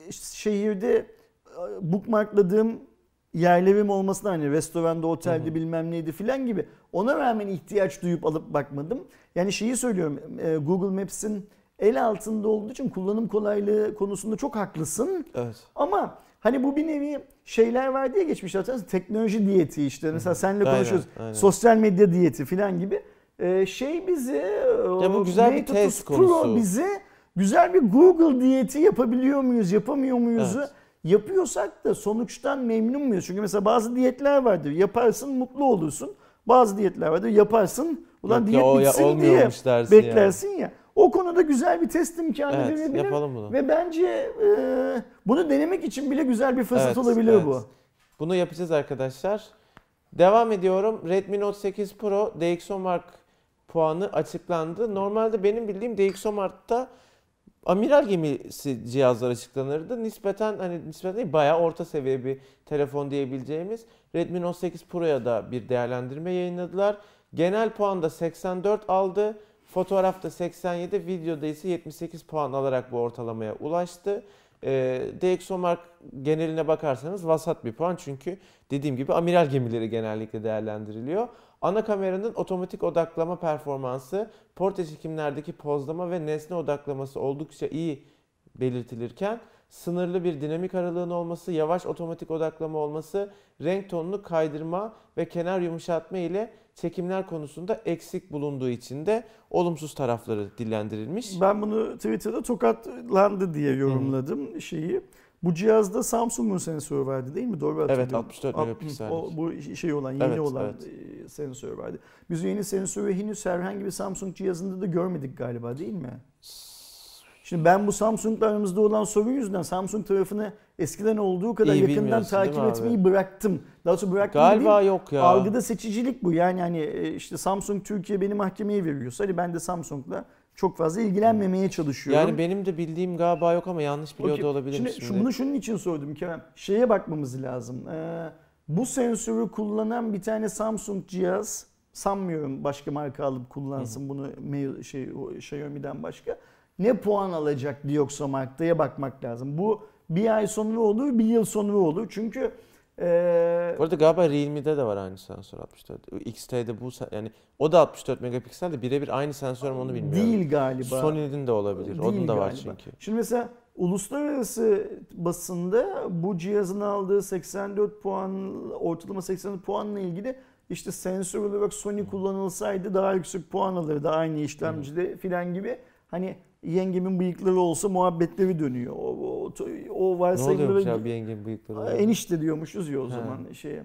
şehirde bookmarkladığım yerlerim olmasına hani restoranda, otelde bilmem neydi filan gibi ona rağmen ihtiyaç duyup alıp bakmadım. Yani şeyi söylüyorum Google Maps'in el altında olduğu için kullanım kolaylığı konusunda çok haklısın. Evet. Ama hani bu bir nevi şeyler var diye geçmiş zaten teknoloji diyeti işte mesela seninle konuşuyoruz. Aynen. Sosyal medya diyeti filan gibi. Şey bize bu güzel bir test konusu. Bize güzel bir Google diyeti yapabiliyor muyuz, yapamıyor muyuz? Evet. Yapıyorsak da sonuçtan memnun muyuz? Çünkü mesela bazı diyetler vardır. Yaparsın mutlu olursun. Bazı diyetler vardır. Yaparsın ulan diyet bitsin diye beklersin ya. O konuda güzel bir test imkanı verebilir. Yapalım bunu. Ve bence bunu denemek için bile güzel bir fırsat olabilir bu. Bunu yapacağız arkadaşlar. Devam ediyorum. Redmi Note 8 Pro DxOMark puanı açıklandı. Normalde benim bildiğim DxOMark'ta amiral gemisi cihazlar açıklanırdı. Nispeten değil, bayağı orta seviye bir telefon diyebileceğimiz Redmi Note 8 Pro'ya da bir değerlendirme yayınladılar. Genel puanda 84 aldı. Fotoğrafta 87, videoda ise 78 puan alarak bu ortalamaya ulaştı. DxOMark geneline bakarsanız vasat bir puan, çünkü dediğim gibi amiral gemileri genellikle değerlendiriliyor. Ana kameranın otomatik odaklama performansı, portre çekimlerdeki pozlama ve nesne odaklaması oldukça iyi belirtilirken, sınırlı bir dinamik aralığın olması, yavaş otomatik odaklama olması, renk tonunu kaydırma ve kenar yumuşatma ile çekimler konusunda eksik bulunduğu için de olumsuz tarafları dillendirilmiş. Ben bunu Twitter'da tokatlandı diye yorumladım şeyi. Bu cihazda Samsung'un sensörü vardı değil mi? Doğru hatırlıyorum. Evet, 64 megapiksel. Bu şey olan, yeni Evet, olan evet. sensör vardı. Biz yeni sensörü henüz herhangi bir Samsung cihazında da görmedik galiba, değil mi? Şimdi ben bu Samsung'la aramızda olan sorun yüzünden Samsung tarafını eskiden olduğu kadar İyi yakından bilmiyorsun, takip değil mi etmeyi abi? bıraktım. Daha sonra bıraktım Galiba dediğim, yok ya. algıda seçicilik bu. Yani hani işte Samsung Türkiye beni mahkemeye veriyorsa hani ben de Samsung'la çok fazla ilgilenmemeye çalışıyorum. Yani benim de bildiğim galiba yok ama yanlış biliyor da olabilirim şimdi. Bunu şunun için sordum Kerem. Şeye bakmamız lazım. Bu sensörü kullanan bir tane Samsung cihaz, sanmıyorum başka marka alıp kullansın bunu Xiaomi'den başka. Ne puan alacak DxOMark'ta'ya bakmak lazım. Bu bir ay sonra olur, bir yıl sonra olur. Çünkü Bu arada galiba Realme'de de var aynı sensör 64. XT'de bu yani o da 64 megapiksel de birebir aynı sensör mü onu bilmiyorum. değil galiba. Sony'nin de olabilir. Değil Onun da var galiba. çünkü. Şimdi mesela uluslararası basında bu cihazın aldığı 84 puan, ortalama 84 puanla ilgili işte sensör olarak Sony kullanılsaydı daha yüksek puan alırdı aynı işlemcide filan gibi. Hani yengemin bıyıkları olsa muhabbetleri dönüyor. O Ne varsayımları oluyormuş abi yengenin bıyıkları? enişte diyormuşuz ya o zaman şeye.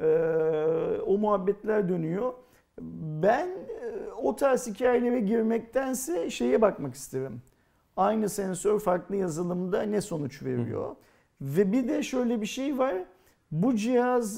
O muhabbetler dönüyor. Ben o tarz hikayelere girmektense şeye bakmak isterim. Aynı sensör farklı yazılımda ne sonuç veriyor? Ve bir de şöyle bir şey var. Bu cihaz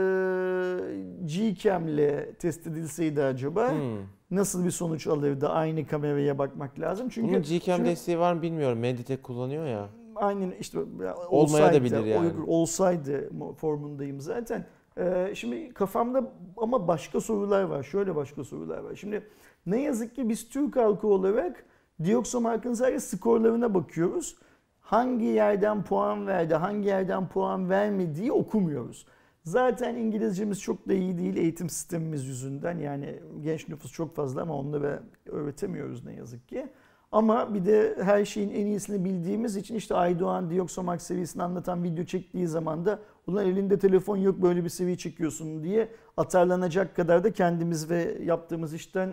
Gcam'le test edilseydi acaba nasıl bir sonuç alırdı? Aynı kameraya bakmak lazım. Çünkü bunun Gcam desteği var mı bilmiyorum. Mediatek kullanıyor ya. Aynen işte Olmaya da bilir yani. Olsaydı formundayım zaten. Şimdi kafamda ama başka sorular var. Şöyle başka sorular var. Şimdi ne yazık ki biz Türk halkı olarak DxOMark'ın sadece skorlarına bakıyoruz. Hangi yerden puan verdi, hangi yerden puan vermediği okumuyoruz. Zaten İngilizcemiz çok da iyi değil eğitim sistemimiz yüzünden. Yani genç nüfus çok fazla ama onları öğretemiyoruz ne yazık ki. Ama bir de her şeyin en iyisini bildiğimiz için işte Aydoğan DxOMark seviyesini anlatan video çektiği zaman da ulan elinde telefon yok böyle bir seviye çekiyorsun diye atarlanacak kadar da kendimiz ve yaptığımız işten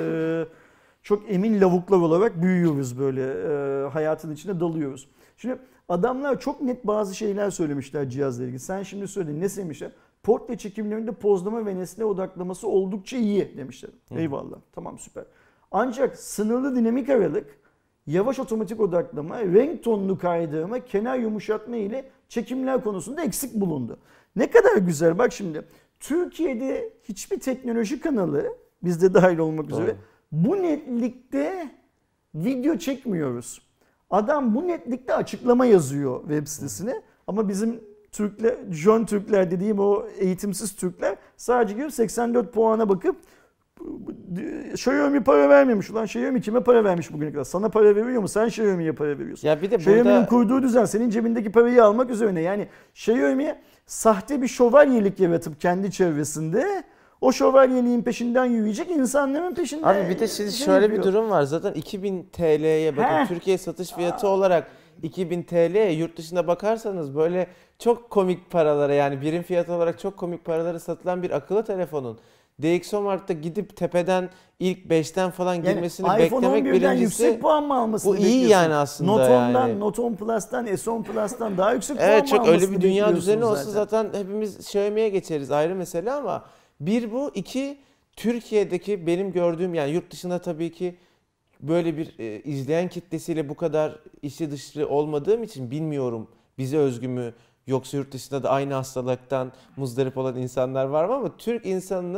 çok emin lavuklar olarak büyüyoruz böyle hayatın içine dalıyoruz. Şimdi adamlar çok net bazı şeyler söylemişler cihazla ilgili. Sen şimdi söyledin ne sevmişler? Portre çekimlerinde pozlama ve nesne odaklaması oldukça iyi demişler. Eyvallah tamam süper. Ancak sınırlı dinamik aralık, yavaş otomatik odaklama, renk tonunu kaydırma, kenar yumuşatma ile çekimler konusunda eksik bulundu. Ne kadar güzel bak şimdi. Türkiye'de hiçbir teknoloji kanalı bizde dahil olmak üzere bu netlikte video çekmiyoruz. Adam bu netlikte açıklama yazıyor web sitesine ama bizim Jön Türkler dediğim o eğitimsiz Türkler sadece girip 84 puana bakıp Xiaomi para vermemiş. Ulan Xiaomi kime para vermiş bugüne kadar? Sana para veriyor mu? Sen Xiaomi'ye para veriyorsun. Ya bir de Xiaomi'nin kurduğu düzen senin cebindeki parayı almak üzerine. Yani Xiaomi sahte bir şövalyelik yaratıp kendi çevresinde o şövalyeliğin peşinden yürüyecek insanların peşinden. Abi bir de şimdi şöyle bir durum var. Zaten 2000 TL'ye bakın Türkiye satış fiyatı olarak 2000 TL'ye yurt dışına bakarsanız böyle çok komik paralara yani birim fiyatı olarak çok komik paralara satılan bir akıllı telefonun DxOMark'ta gidip tepeden ilk 5'ten falan girmesini yani beklemek birincisi yüksek puan mı almasını bu iyi yani aslında Note 10'dan, yani. Note 10 Plus'tan, S10 Plus'tan daha yüksek puan mı Evet çok almasını öyle bir dünya düzeni zaten. olsa zaten hepimiz Xiaomi'ye geçeriz ayrı mesele ama bir bu iki Türkiye'deki benim gördüğüm yani yurt dışında tabii ki böyle bir izleyen kitlesiyle bu kadar içi dışı olmadığım için bilmiyorum bize özgü mü yoksa yurt dışında da aynı hastalıktan muzdarip olan insanlar var mı ama Türk insanının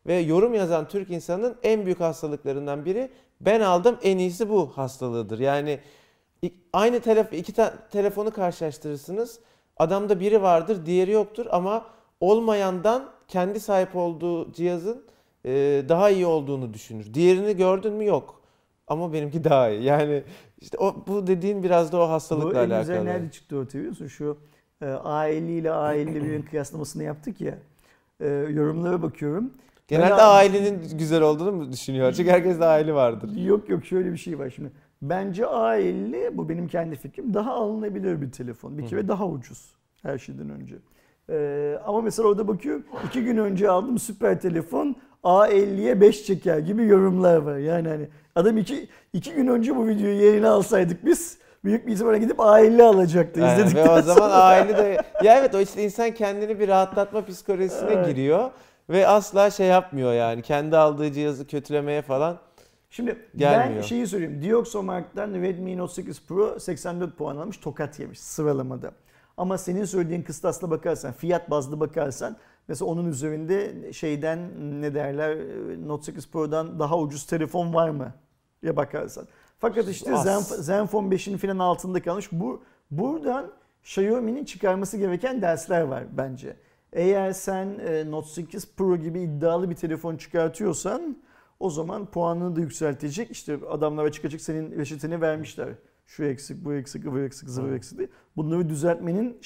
ve yorum yazan Türk insanının en büyük hastalıklarından biri ben aldım en iyisi bu hastalığıdır. Yani aynı iki telefonu karşılaştırırsınız. Adamda biri vardır, diğeri yoktur ama olmayandan kendi sahip olduğu cihazın daha iyi olduğunu düşünür. Diğerini gördün mü? Yok. Ama benimki daha iyi. Yani işte bu dediğin biraz da o hastalıkla alakalı. Bu en güzel nerede çıktı ortaya biliyor musun? Şu A50 ile A51'in kıyaslamasını yaptık ya. Yorumlara bakıyorum. Genelde A50'nin güzel olduğunu mu düşünüyor? Çünkü herkes de A50 vardır. Yok şöyle bir şey var şimdi. Bence A50, bu benim kendi fikrim, daha alınabilir bir telefon. Bir kere daha ucuz her şeyden önce. Ama mesela orada bakıyorum 2 gün önce aldım süper telefon A50'ye 5 çeker gibi yorumlar var. Yani hani adam iki gün önce bu videoyu yayına alsaydık biz büyük bir ihtimalle gidip A50 alacaktı izledikten ve o zaman A50 de ya evet o işte insan kendini bir rahatlatma psikolojisine giriyor ve asla şey yapmıyor yani kendi aldığı cihazı kötülemeye falan. Şimdi gelmiyor. Ben şeyi söyleyeyim. Dioxomark'tan Redmi Note 8 Pro 84 puan almış, tokat yemiş sıralamada. Ama senin söylediğin kıstasla bakarsan, fiyat bazlı bakarsan mesela onun üzerinde şeyden ne derler Note 8 Pro'dan daha ucuz telefon var mı ya bakarsan. Fakat işte Zenfone 5'in falan altında kalmış. Buradan Xiaomi'nin çıkarması gereken dersler var bence. Eğer sen Note 8 Pro gibi iddialı bir telefon çıkartıyorsan o zaman puanını da yükseltecek. İşte adamlar açık açık senin reçeteni vermişler. Şu eksik, bu eksik, bu eksik, zıvı eksik diye. Bunları düzeltmenin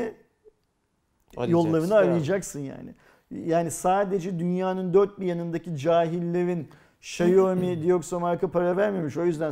yollarını arayacaksın yani. Yani sadece dünyanın dört bir yanındaki cahillerin Xiaomi, Dioxomark'a para vermemiş. O yüzden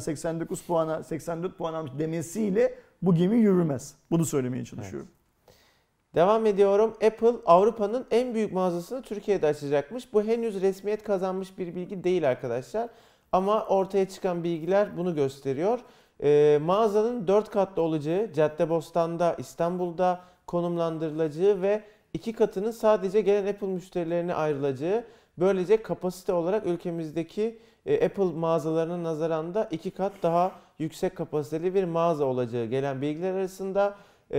84 puan almış demesiyle bu gemi yürümez. Bunu söylemeye çalışıyorum. Evet. Devam ediyorum. Apple Avrupa'nın en büyük mağazasını Türkiye'de açacakmış. Bu henüz resmiyet kazanmış bir bilgi değil arkadaşlar. Ama ortaya çıkan bilgiler bunu gösteriyor. Mağazanın 4 katlı olacağı, Caddebostan'da, İstanbul'da konumlandırılacağı ve 2 katının sadece gelen Apple müşterilerine ayrılacağı. Böylece kapasite olarak ülkemizdeki Apple mağazalarına nazaran da 2 kat daha yüksek kapasiteli bir mağaza olacağı gelen bilgiler arasında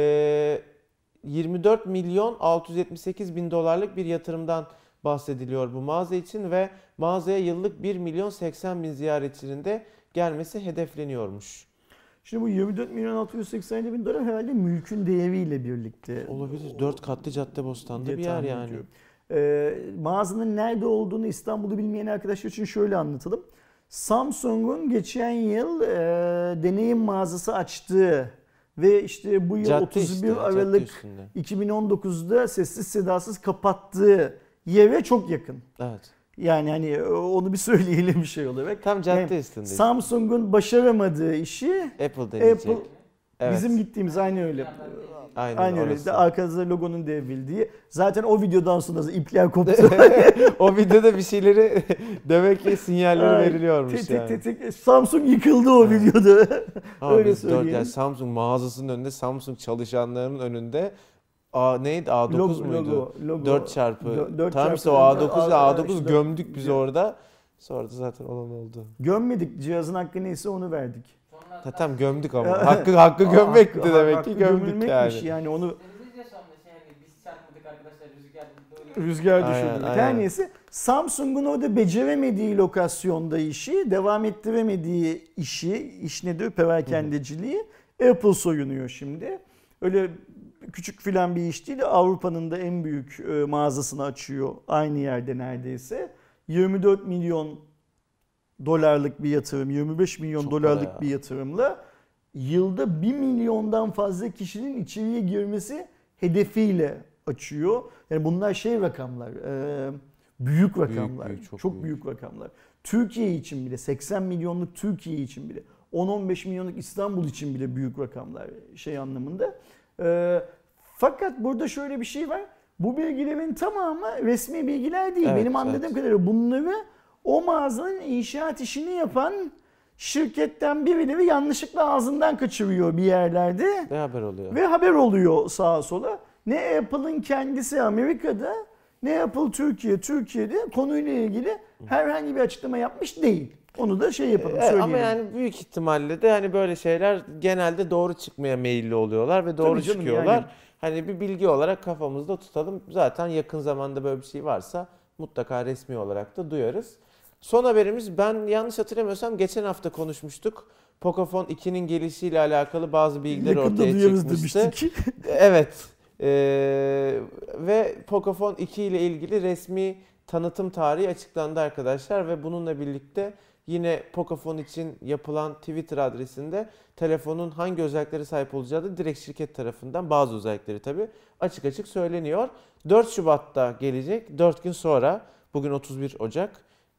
24 milyon 678 bin dolarlık bir yatırımdan bahsediliyor bu mağaza için ve mağazaya yıllık 1 milyon 80 bin ziyaretçinin de gelmesi hedefleniyormuş. Şimdi bu 24 milyon 687 bin dolar herhalde mülkün değeriyle birlikte. Olabilir. 4 katlı Caddebostan'da bir yer yani. Mağazanın nerede olduğunu İstanbul'u bilmeyen arkadaşlar için şöyle anlatalım. Samsung'un geçen yıl deneyim mağazası açtığı ve işte bu yıl 31 Aralık 2019'da sessiz sedasız kapattığı yere çok yakın. Evet. Yani hani onu bir söyleyelim bir şey olarak. Tam cadde üstünde. Samsung'un başaramadığı işi Apple deneyecek. Evet. Bizim gittiğimiz aynı öyle. Aynen öyle. Arkada logonun devrildiği. Zaten o videodan sonra ipler koptu. O videoda bir şeyleri demek ki sinyalleri veriliyormuş yani. Samsung yıkıldı o videoda. Öyle söyleyeyim. Yani Samsung mağazasının önünde, Samsung çalışanlarının önünde neydi? A9 muydu? Logo. 4 çarpı. Tam işte o A9 işte gömdük biz orada. Sonra da zaten olan oldu. Gömmedik. Cihazın hakkı neyse onu verdik. Tam gömdük ama. Hakkı gömmekti demek ki gömdük yani onu rüzgar düşürdü. Her neyse Samsung'un orada beceremediği lokasyonda işi, devam ettiremediği iş nedir? Perakendeciliği Apple soyunuyor şimdi. Öyle küçük filan bir iş değil. Avrupa'nın da en büyük mağazasını açıyor aynı yerde neredeyse. 24 milyon dolarlık bir yatırım, 25 milyon çok dolarlık bir yatırımla yılda 1 milyondan fazla kişinin içeriye girmesi hedefiyle açıyor. Yani bunlar rakamlar, büyük rakamlar, çok büyük rakamlar. Türkiye için bile, 80 milyonluk Türkiye için bile, 10-15 milyonluk İstanbul için bile büyük rakamlar anlamında. Fakat burada şöyle bir şey var. Bu bilgilerin tamamı resmi bilgiler değil. Evet, benim anladığım kadarıyla bunları o mağazanın inşaat işini yapan şirketten birileri yanlışlıkla ağzından kaçırıyor bir yerlerde. Ve haber oluyor sağa sola. Ne Apple'ın kendisi Amerika'da ne Apple Türkiye'de konuyla ilgili herhangi bir açıklama yapmış değil. Onu da yapalım, söyleyelim. Ama yani büyük ihtimalle de hani böyle şeyler genelde doğru çıkmaya meyilli oluyorlar ve doğru çıkıyorlar. Yani. Hani bir bilgi olarak kafamızda tutalım. Zaten yakın zamanda böyle bir şey varsa mutlaka resmi olarak da duyarız. Son haberimiz, ben yanlış hatırlamıyorsam geçen hafta konuşmuştuk. Pocophone 2'nin gelişiyle alakalı bazı bilgiler Yakında ortaya duyarız çıkmıştı. demiştik. Evet. Ve Pocophone 2 ile ilgili resmi tanıtım tarihi açıklandı arkadaşlar ve bununla birlikte yine Pocophone için yapılan Twitter adresinde telefonun hangi özelliklere sahip olacağı da direkt şirket tarafından, bazı özellikleri tabii, açık açık söyleniyor. 4 Şubat'ta gelecek. 4 gün sonra, bugün 31 Ocak,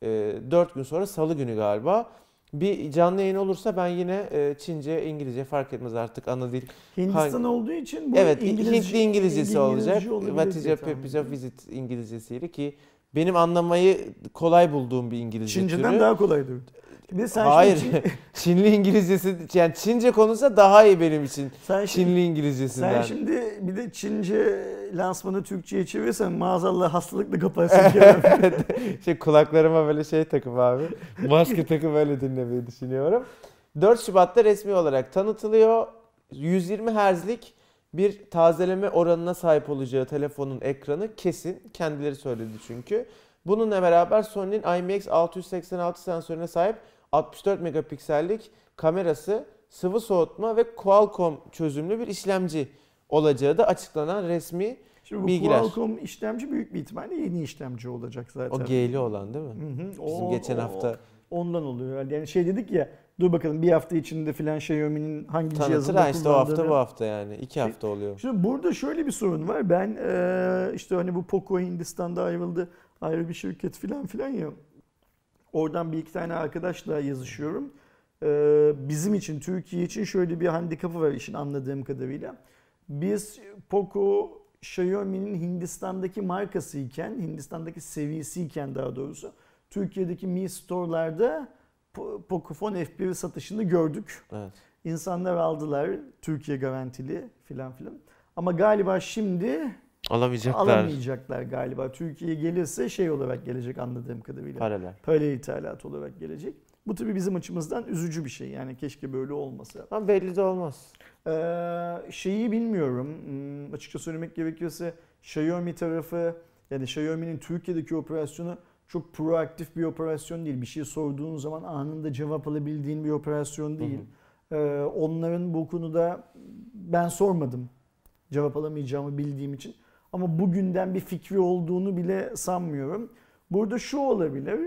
4 gün sonra Salı günü galiba. Bir canlı yayın olursa ben yine Çince, İngilizce fark etmez artık ana dil. Hindistan olduğu için bu Evet, Hintli İngilizcesi olacak. What is your diye purpose of visit İngilizcesiyle, ki benim anlamayı kolay bulduğum bir İngilizce Çince'den türü. daha kolaydır. Bir de sen Hayır, şimdi Çinli İngilizcesi, yani Çince konuşsa daha iyi benim için. sen Çinli İngilizcesinden. Sen şimdi bir de Çince lansmanı Türkçe'ye çevirirsen maazallah hastalıkla kaparsın Kerem. Kulaklarıma böyle şey takıp abi, maske takıp öyle dinlemeyi düşünüyorum. 4 Şubat'ta resmi olarak tanıtılıyor. 120 Hz'lik bir tazeleme oranına sahip olacağı telefonun ekranı kesin. Kendileri söyledi çünkü. Bununla beraber Sony'nin IMX686 sensörüne sahip 64 megapiksellik kamerası, sıvı soğutma ve Qualcomm çözümlü bir işlemci olacağı da açıklanan resmi Şimdi bu bilgiler. Qualcomm işlemci büyük bir ihtimalle yeni işlemci olacak zaten. O G'li olan değil mi? Hı hı. Bizim geçen hafta ondan oluyor. Yani şey dedik ya, dur bakalım bir hafta içinde filan Xiaomi'nin hangi tanıtır, cihazında işte o hafta kullandığını. bu hafta yani 2 hafta oluyor. Şimdi burada şöyle bir sorun var. Ben işte hani bu Poco Hindistan'da ayrıldı, ayrı bir şirket filan ya. Oradan bir iki tane arkadaşla yazışıyorum. Bizim için, Türkiye için şöyle bir handikapı var işin anladığım kadarıyla. Biz Poco, Xiaomi'nin Hindistan'daki markasıyken, Hindistan'daki seviyesiyken daha doğrusu, Türkiye'deki Mi Store'larda Pocophone F1 satışını gördük. Evet. İnsanlar aldılar, Türkiye garantili filan. Ama galiba şimdi alamayacaklar galiba. Türkiye'ye gelirse şey olarak gelecek anladığım kadarıyla. Paralel ithalat olarak gelecek. Bu tabii bizim açımızdan üzücü bir şey. Yani keşke böyle olmasa. Ama belli de olmaz. Şeyi bilmiyorum. Açıkça söylemek gerekirse Xiaomi tarafı, yani Xiaomi'nin Türkiye'deki operasyonu çok proaktif bir operasyon değil. Bir şey sorduğun zaman anında cevap alabildiğin bir operasyon değil. Onların bu konuda ben sormadım. Cevap alamayacağımı bildiğim için. Ama bugünden bir fikri olduğunu bile sanmıyorum. Burada şu olabilir.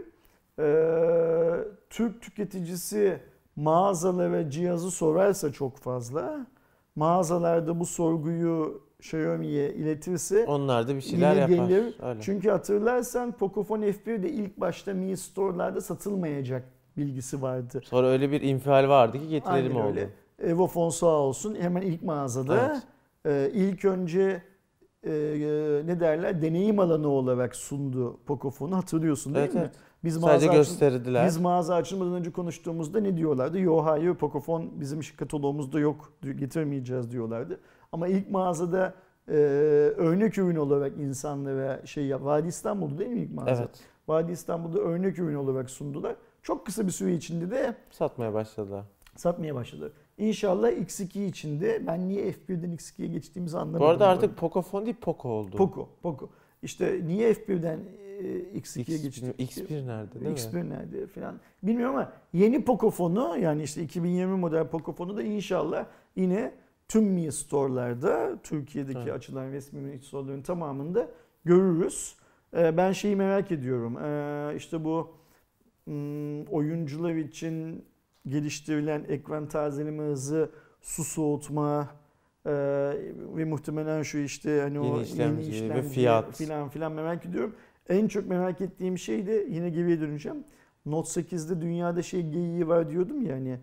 Türk tüketicisi mağazalara cihazı sorarsa çok fazla, mağazalarda bu sorguyu Xiaomi'ye iletirse onlar da bir şeyler yapar. Gelir. Çünkü hatırlarsan Pocophone F1 de ilk başta Mi Store'larda satılmayacak bilgisi vardı. Sonra öyle bir infial vardı ki getirelim oldu. Öyle. Evofon sağ olsun hemen ilk mağazada ilk önce ne derler, deneyim alanı olarak sundu Pocophone'u, hatırlıyorsun değil mi? Evet. Sadece gösterdiler. Biz mağaza açılmadan önce konuştuğumuzda ne diyorlardı? Yo hayır, Pocophone bizim katalogumuzda yok, getirmeyeceğiz diyorlardı. Ama ilk mağazada örnek ürün olarak insanlara Vadi İstanbul'da değil mi ilk mağaza? Evet. Vadi İstanbul'da örnek ürün olarak sundular. Çok kısa bir süre içinde de satmaya başladılar. İnşallah X2 içinde, ben niye F1'den X2'ye geçtiğimizi anlamadım. Bu arada artık Pocophone değil, Poco oldu. Poco. İşte niye F1'den X2'ye geçtik? X1 nerede değil X1 nerede falan. Bilmiyorum ama yeni Pocophone'u, yani işte 2020 model Pocophone'u da inşallah yine tüm Mi Store'larda, Türkiye'deki açılan resmi Mi Store'ların tamamında görürüz. Ben şeyi merak ediyorum. İşte bu oyuncular için geliştirilen ekran tazeleme hızı, su soğutma ve muhtemelen şu işte hani yeni işlemci ve fiyat filan merak ediyorum. En çok merak ettiğim şey de, yine geriye döneceğim. Note 8'de dünyada geyiği var diyordum ya, hani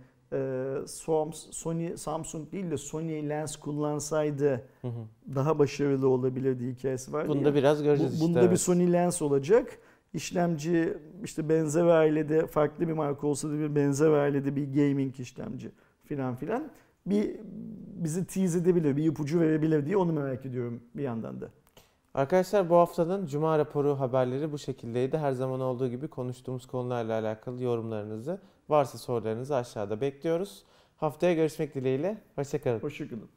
Samsung değil de Sony lens kullansaydı daha başarılı olabilirdi hikayesi vardı. Bunda biraz göreceğiz Bunda bir Sony lens olacak. İşlemci işte benzer ailede, farklı bir marka olsa da bir benzer ailede bir gaming işlemci filan. Bizi tease edebilir, bir ipucu verebilir diye onu merak ediyorum bir yandan da. Arkadaşlar, bu haftanın Cuma raporu haberleri bu şekildeydi. Her zaman olduğu gibi konuştuğumuz konularla alakalı yorumlarınızı, varsa sorularınızı aşağıda bekliyoruz. Haftaya görüşmek dileğiyle. Hoşçakalın. Hoşçakalın.